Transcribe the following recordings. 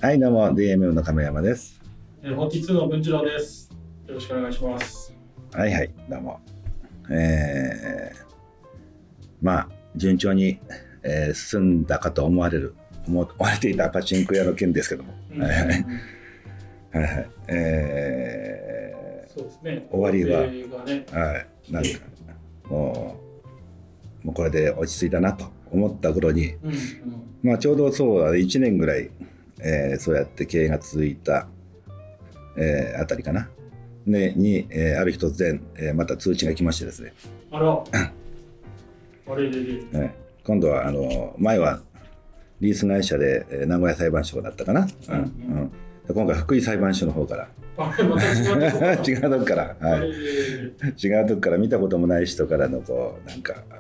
はい、どうも DMM の亀山です。 本日の文次郎です。よろしくお願いします。 はいはい、どうも。まあ順調に、進んだかと思われていたパチンコ屋の件ですけども、はいはいはいはい、 そうですね。 終わりは、 ね、 はい、なんかもうこれで落ち着いたなと思った頃に、まあちょうどそうだね、1年ぐらい、そうやって経営が続いた、あたりかな、ね、に、ある日突然、また通知が来ましてですね。 あらあれで、今度は前はリース会社で、名古屋裁判所だったかな、で今回福井裁判所の方からまた違うとこから、はい、違うとこから見たこともない人からのこうなんか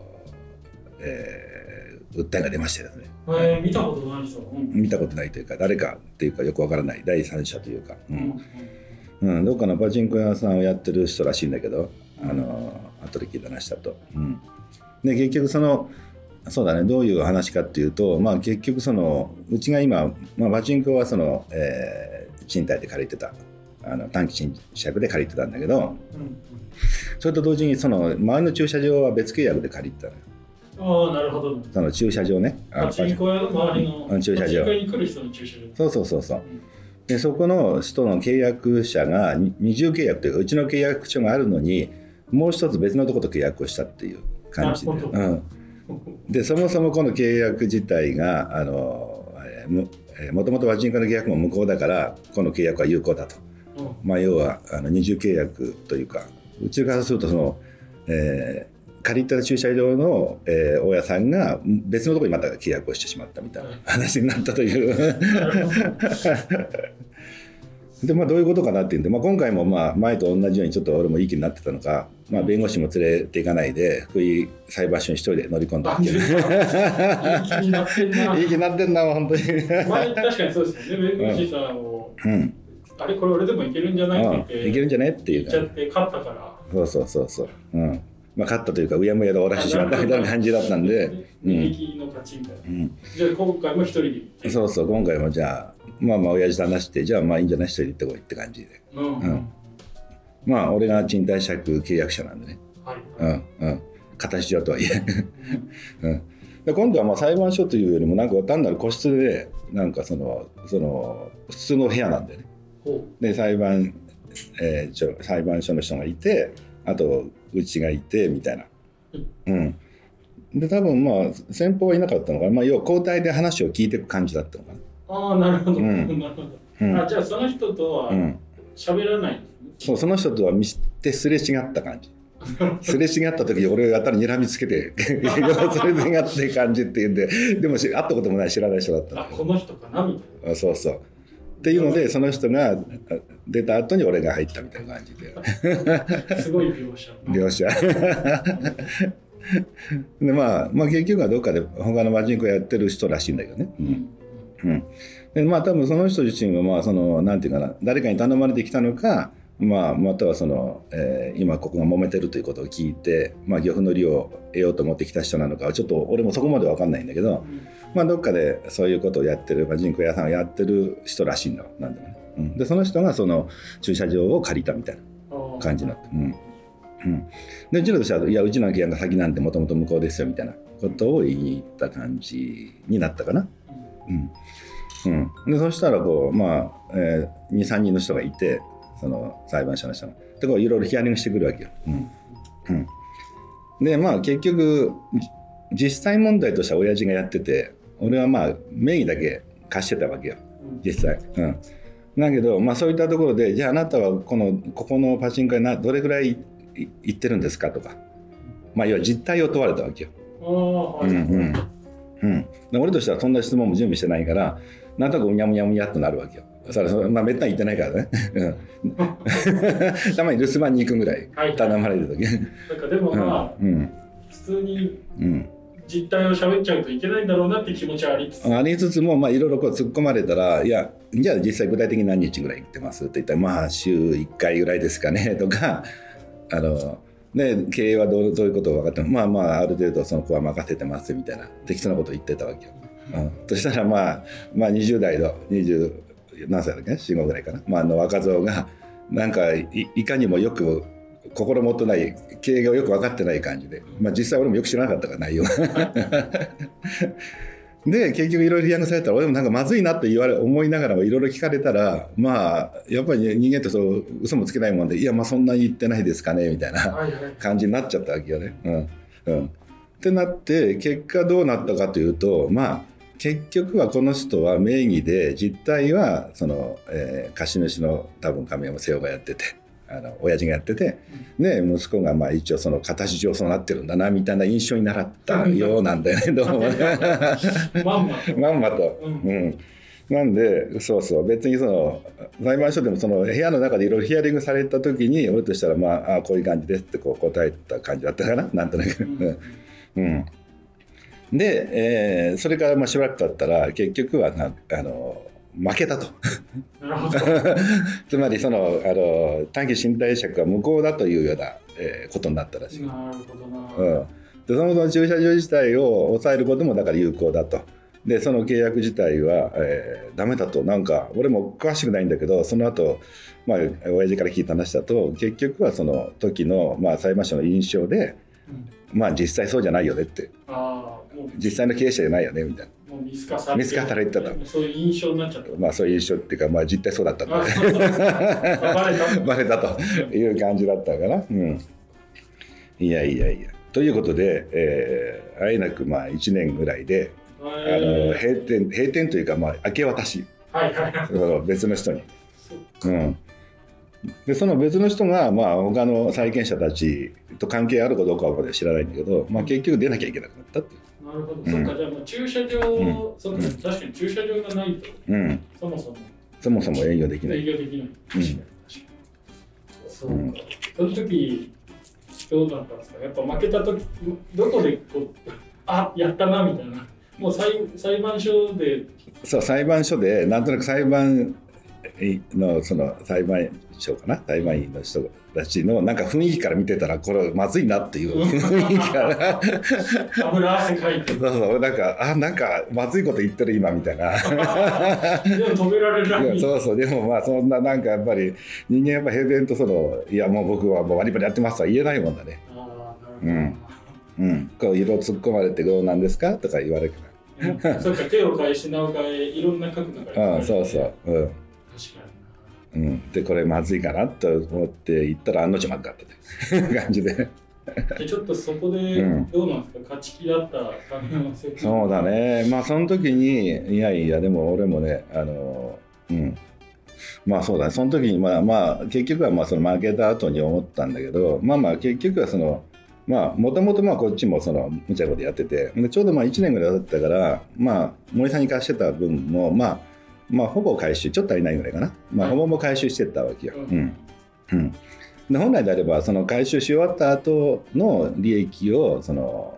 訴えが出ましてですね。 見たことない人、 見たことないというか誰かっていうかよくわからない第三者というか、どっかのパチンコ屋さんをやってる人らしいんだけど、後で聞いた話だと、で結局そうだね、どういう話かっていうと、まあ結局うちが今、パチンコは賃貸で借りてた、短期賃借で借りてたんだけど、それと同時に周りの駐車場は別契約で借りてたのよ。 ああ、なるほど。 その駐車場ね、 パチンコ屋の周りの駐車場、 パチンコ屋に来る人の駐車場。 そう、でそこの人の契約者が二重契約というか、うちの契約書があるのにもう一つ別のところと契約をしたっていう感じで、でそもそもこの契約自体がもともとパチンコの契約も無効だからこの契約は有効だと、要は二重契約というか、うちからすると借りた駐車場の、大家さんが別のところにまた契約をしてしまったみたいな話になったというで、どういうことかなっていうんで、今回も前と同じようにちょっと俺もいい気になってたのか、弁護士も連れていかないで福井裁判所に一人で乗り込んだわけいい気になってんな。 いい気になってんな本当に。 前確かにそうですよね。弁護士さんを、あれこれ俺でもいけるんじゃないって言って、 いけるんじゃねっていう言っちゃって勝ったから。 そう、勝ったというかうやむやで終わらせてしまったみたいな感じだったんで、 右の勝ちみたいな。じゃあ今回も一人で行って。 そう今回もじゃあ親父と話して、じゃあいいんじゃない、一人で行ってこいって感じで、俺が賃貸借契約者なんでね、形上とはいえで今度は裁判所というよりもなんか単なる個室でなんか普通の部屋なんでね、で裁判所の人がいて、あとうちがいてみたいな、で多分先方はいなかったのかな、要は交代で話を聞いていく感じだったのかな。 ああ、なるほど、なるほど。じゃあその人とは喋らないんですね。その人とは見てすれ違った感じすれ違った時俺がやったら睨みつけてそれでがって感じっていうんで、でも会ったこともない知らない人だった。 この人かなみたいな。 そうっていうので、その人が出た後に俺が入ったみたいな感じですごい描写で結局はどっかで他のパチンコやってる人らしいんだけどね、で多分その人自身はなんていうかな、誰かに頼まれてきたのか、または今ここが揉めてるということを聞いて、漁夫の利を得ようと思ってきた人なのかはちょっと俺もそこまで分かんないんだけど、どっかでそういうことをやってるパチンコ屋さんをやってる人らしいんだ、なんでもね、でその人がその駐車場を借りたみたいな感じになって、でうちらとしては、いやうちの契約が先なんでもともと無効ですよみたいなことを言いに行った感じになったかな。でそしたら2,3 人の人がいて、その裁判所の人がでいろいろヒアリングしてくるわけよ。で結局実際問題としては親父がやってて、俺は名義だけ貸してたわけよ実際。だけどそういったところで、じゃああなたはここのパチンコ屋どれぐらい行ってるんですかとか、要は実態を問われたわけよ。俺としてはそんな質問も準備してないから、なんとなくうにゃむにゃむにゃっとなるわけよ。めったに行ってないからねたまに留守番に行くぐらい頼まれる時、 でも普通に実態を喋っちゃうといけないんだろうなって気持ちはありつつも、いろいろ突っ込まれたら、いやじゃあ実際具体的に何日ぐらい行ってますって言ったら、週1回ぐらいですかねとか、で経営はどういうことを分かってもある程度その子は任せてますみたいな適当なことを言ってたわけよ。 そしたらまあ20代の20何歳だっけ4、5ぐらいかな、若造がなんか いかにもよく心もとない経営がよく分かってない感じで、実際俺もよく知らなかったから内容で結局いろいろ批判されたら俺もなんかまずいなって思いながらもいろいろ聞かれたらやっぱり人間ってそう嘘もつけないもんでいやそんなに言ってないですかねみたいな感じになっちゃったわけよね。ってなって結果どうなったかというと結局はこの人は名義で実態はその、貸主の多分亀山瀬尾がやってて親父がやってて、で息子が一応その形上そうなってるんだなみたいな印象になったようなんだよねどうもまんまと、なんでそう別にその裁判所でもその部屋の中でいろいろヒアリングされた時に俺としたらこういう感じですってこう答えた感じだったかななんとなくで、それからしばらく経ったら結局は負けたとなるほどつまりその短期身体借は無効だというような、ことになったらしい。 なるほどな、 でそもそも駐車場自体を抑えることもだから有効だと。でその契約自体は、ダメだと。なんか俺も詳しくないんだけどその後親父から聞いた話だと結局はその時の、裁判所の印象で、実際そうじゃないよねって実際の経営者じゃないよねみたいな。 見透かされてたと。そういう印象になっちゃった。 そういう印象っていうか、実態そうだったんだバレたという感じだったかな。いやということで、あえなく1年ぐらいで、閉店というか明け渡し、別の人に。でその別の人が他の債権者たちと関係あるかどうかは知らないんだけど、結局出なきゃいけなくなったっていう。 なるほど、そっか。じゃあ駐車場、確かに駐車場がないと、そもそも営業できない。 確かにそうか。その時どうだったんですか。やっぱ負けた時どこでやったなみたいな。もう裁判所で。 そう裁判所でなんとなく裁判のその裁判所かな裁判員の人たちのなんか雰囲気から見てたらこれまずいなっていう雰囲気から油汗かいてそうなんかまずいこと言ってる今みたいなでも止められないそうでもそんななんかやっぱり人間やっぱ平然といやもう僕はもうバリバリやってますとは言えないもんだね。こう色突っ込まれてどうなんですかとか言われるからそっか手を変え品を変えいろんな角度からそう確かにでこれまずいかなと思って行ったら案の定まずかったという感じでちょっとそこでどうなんですか、勝ち気だった亀山先生。 そうだねその時にいやでも俺もねそうだねその時に結局はその負けた後に思ったんだけど結局はそのもともとこっちもその無茶なことやっててでちょうど1年ぐらいだったから森さんに貸してた分もほぼ回収ちょっと足りないぐらいかな、ほぼほぼ回収してったわけよ。で本来であればその回収し終わった後の利益をその、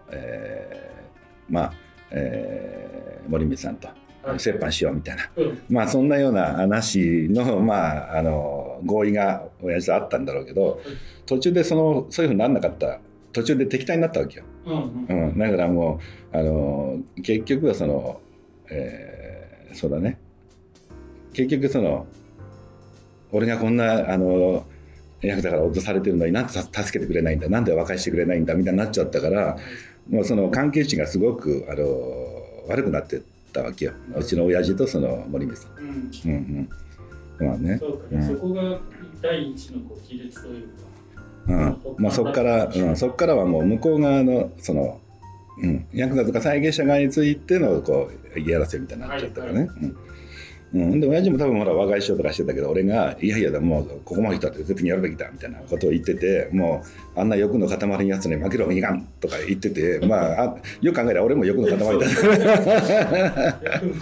森光さんと折半しようみたいな、そんなような話の、合意が親父とあったんだろうけど途中でそういうふうにならなかった途中で敵対になったわけよ。だからもう結局はその、そうだね結局その俺がこんなヤクザから脅されてるのになんで助けてくれないんだなんで和解してくれないんだみたいになっちゃったからもうその関係値がすごく悪くなってったわけようちの親父とその森光さん。 そうかね、そこが第一の亀裂というか、 そこからはもう向こう側のその、ヤクザとか債権者側についての言い争いみたいになっちゃったからね。で親父も多分和解しようとかしてたけど俺がいやもうここまで来たって絶対にやるべきだみたいなことを言っててもうあんな欲の塊のやつに負けろもいかんとか言っててよく考えたら俺も欲の塊だ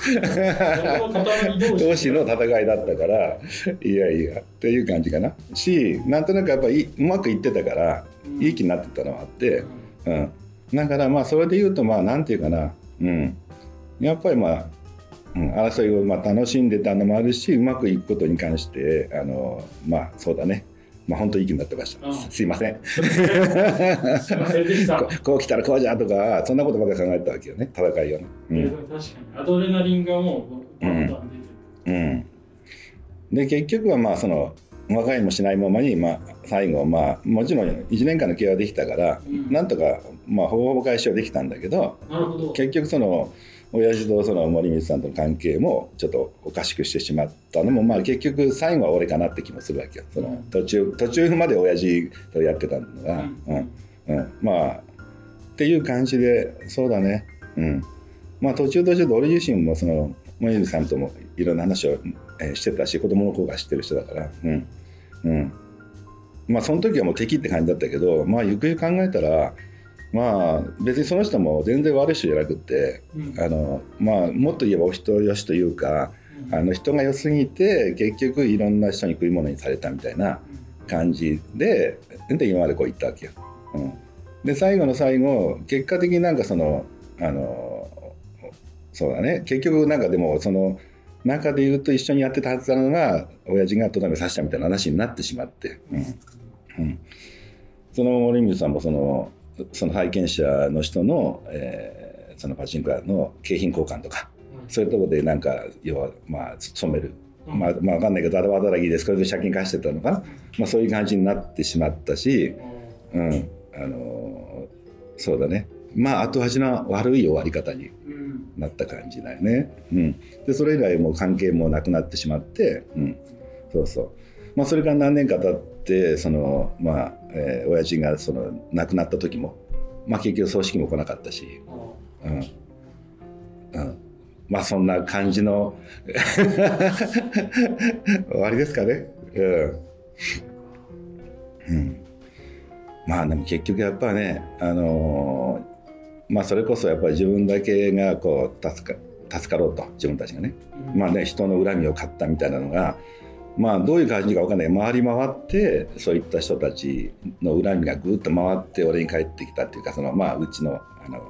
同士の戦いだったからいやっていう感じかなしなんとなくやっぱりうまくいってたからいい気になってたのはあって、だからそれで言うとなんていうかな、やっぱり争いを楽しんでたのもあるしうまくいくことに関してそうだねまあ本当に息になってました。すいません。 すいませんでした。 こう来たらこうじゃとか、そんなことばっかり考えてたわけよね、戦いをね。 確かにアドレナリンがもうバンバン出てで結局はまあその和解もしないままに、まあ、最後、まあ、もちろん1年間のケアはできたから、なんとか、まあ、ほぼほぼ解消できたんだけど、結局その親父とその森光さんとの関係もちょっとおかしくしてしまったのも、まあ、結局最後は俺かなって気もするわけよ。その途中まで親父とやってたのが、まあっていう感じで、そうだね、まあ途中で俺自身もその森光さんともいろんな話をしてたし、子供の頃から知ってる人だから、まあその時はもう敵って感じだったけど、まあゆくゆく考えたら、まあ別にその人も全然悪い人じゃなくて、まあもっと言えばお人よしというか、人が良すぎて結局いろんな人に食い物にされたみたいな感じで今までこう言ったわけよ。で最後の最後、結果的になんかそのそうだね、結局なんかでもその中で言うと一緒にやってたはずなのが親父がとどめ刺したみたいな話になってしまって、その森光さんもその債権者の人の、そのパチンコ屋の景品交換とか、そういうところでなんか要はまあ勤める、まあ分かんないけど働きですけど借金返してたのかな、まあ、そういう感じになってしまったし、そうだね、まあ後味の悪い終わり方になった感じだよね。でそれ以来もう関係もなくなってしまって、そうそう、まあ、それから何年か経ってそのまあ、親父がその亡くなった時も、まあ、結局葬式も来なかったし、まあそんな感じの終わりですかね。まあでも結局やっぱね、まあそれこそやっぱり自分だけがこう助かろうと、自分たちがね、まあね、人の恨みを買ったみたいなのが、まあどういう感じか分かんない、回り回ってそういった人たちの恨みがぐっと回って俺に返ってきたっていうか、そのまあうちの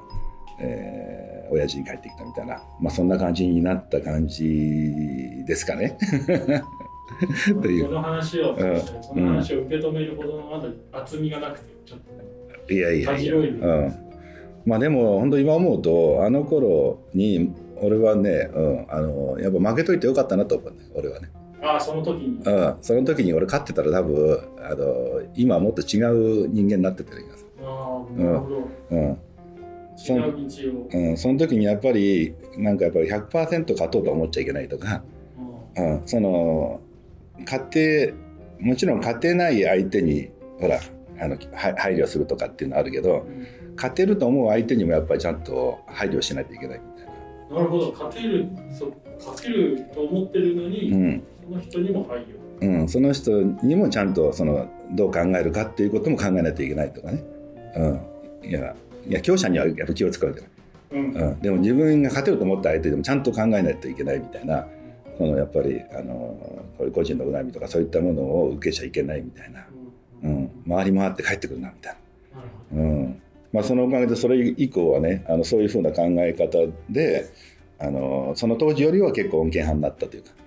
親父に帰ってきたみたいな、まあそんな感じになった感じですかね。 というこの話を受け止めるほどのまだ厚みがなくてちょっとたじろいで、 まあでも本当今思うとあの頃に俺はね、やっぱ負けといてよかったなと思うね、俺はね。 その時に、 その時に俺勝ってたら多分今はもっと違う人間になってたります。 なるほど。違う道を。 その時にやっぱりなんかやっぱり 100% 勝とうと思っちゃいけないとか、そのもちろん勝てない相手にほら配慮するとかっていうのはあるけど、勝てると思う相手にもやっぱりちゃんと配慮しないといけないみたいな。 なるほど、勝てると思ってるのに、その人にも配慮。 その人にもちゃんとどう考えるかっていうことも考えないといけないとかね。いや強者にはやっぱ気を使うじゃない。でも自分が勝てると思った相手でもちゃんと考えないといけないみたいな。やっぱりこれ個人の恨みとかそういったものを受けちゃいけないみたいな、回り回って帰ってくるなみたいな、まあ、そのおかげでそれ以降はねそういうふうな考え方でその当時よりは結構穏健派になったというか、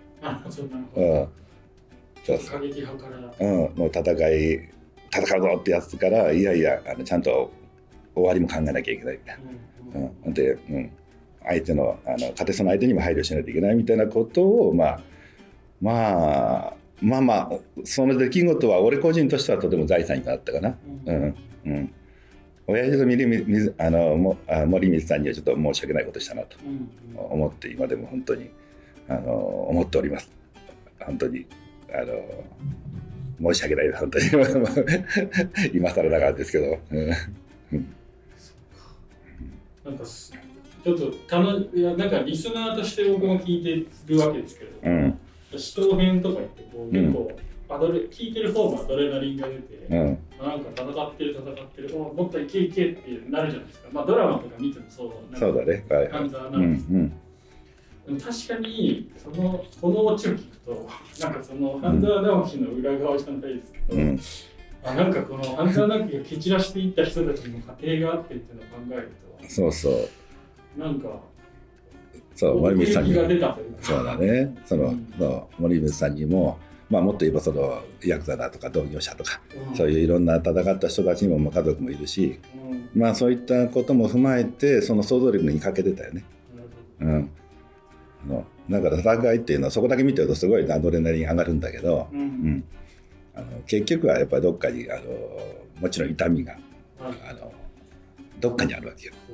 過激派から、 もう戦うぞってやつからいやちゃんと終わりも考えなきゃいけないみたいな、で、相手の勝てそうな相手にも配慮しないといけないみたいなことをまあその出来事は俺個人としてはとても財産になったかな。親父と森光さんにはちょっと申し訳ないことしたなと思って今でも本当に思っております。本当に申し訳ないです本当に今更ながらですけど。 なんかちょっとなんかリスナーとして僕も聞いてるわけですけど、死闘編とか言って結構聞いてる方もアドレナリンが出て、なんか戦ってるもっといけってなるじゃないですか。まあドラマとか見てもそうだね。 半沢なんですけど、確かにこのオチを聞くとなんかその半沢直樹の裏側じゃないですけど、なんかこの半沢直樹が蹴散らしていった人たちの家庭があってっていうのを考えると、 そうなんか森光さんにが出たというか、 そうだね、森光さんにもまあ、もっと言えばそのヤクザだとか同業者とか、そういういろんな戦った人たちにもまあ家族もいるし、まあ、そういったことも踏まえてその想像力に欠けてたよね。だから戦いっていうのはそこだけ見てるとすごいアドレナリン上がるんだけど、結局はやっぱりどっかにもちろん痛みがどっかにあるわけよ。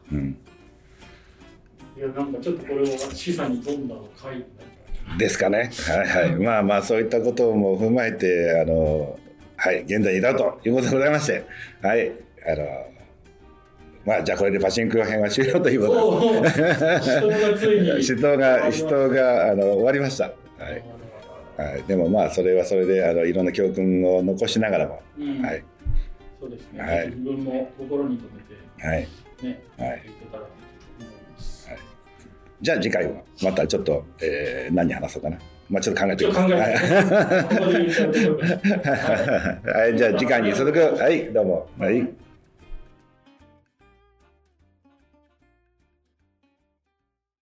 いやなんかちょっとこれを示唆に富んだ回になったですかね。はいはい。まあまあそういったことも踏まえてはい、現在に至るということでございまして、はい、まあじゃあこれでパチンコ編は終了ということで、死闘が終わりました。はい。でもまあそれはそれでいろんな教訓を残しながらも、はい。 そうですね。はい、自分も心に留めて、はい、ね、はい、いけたらと思います。はい。 じゃあ次回はまたちょっと、何話そうかな。まあちょっと考えてください。はい、じゃあ次回に続く。はい、どうも。はい。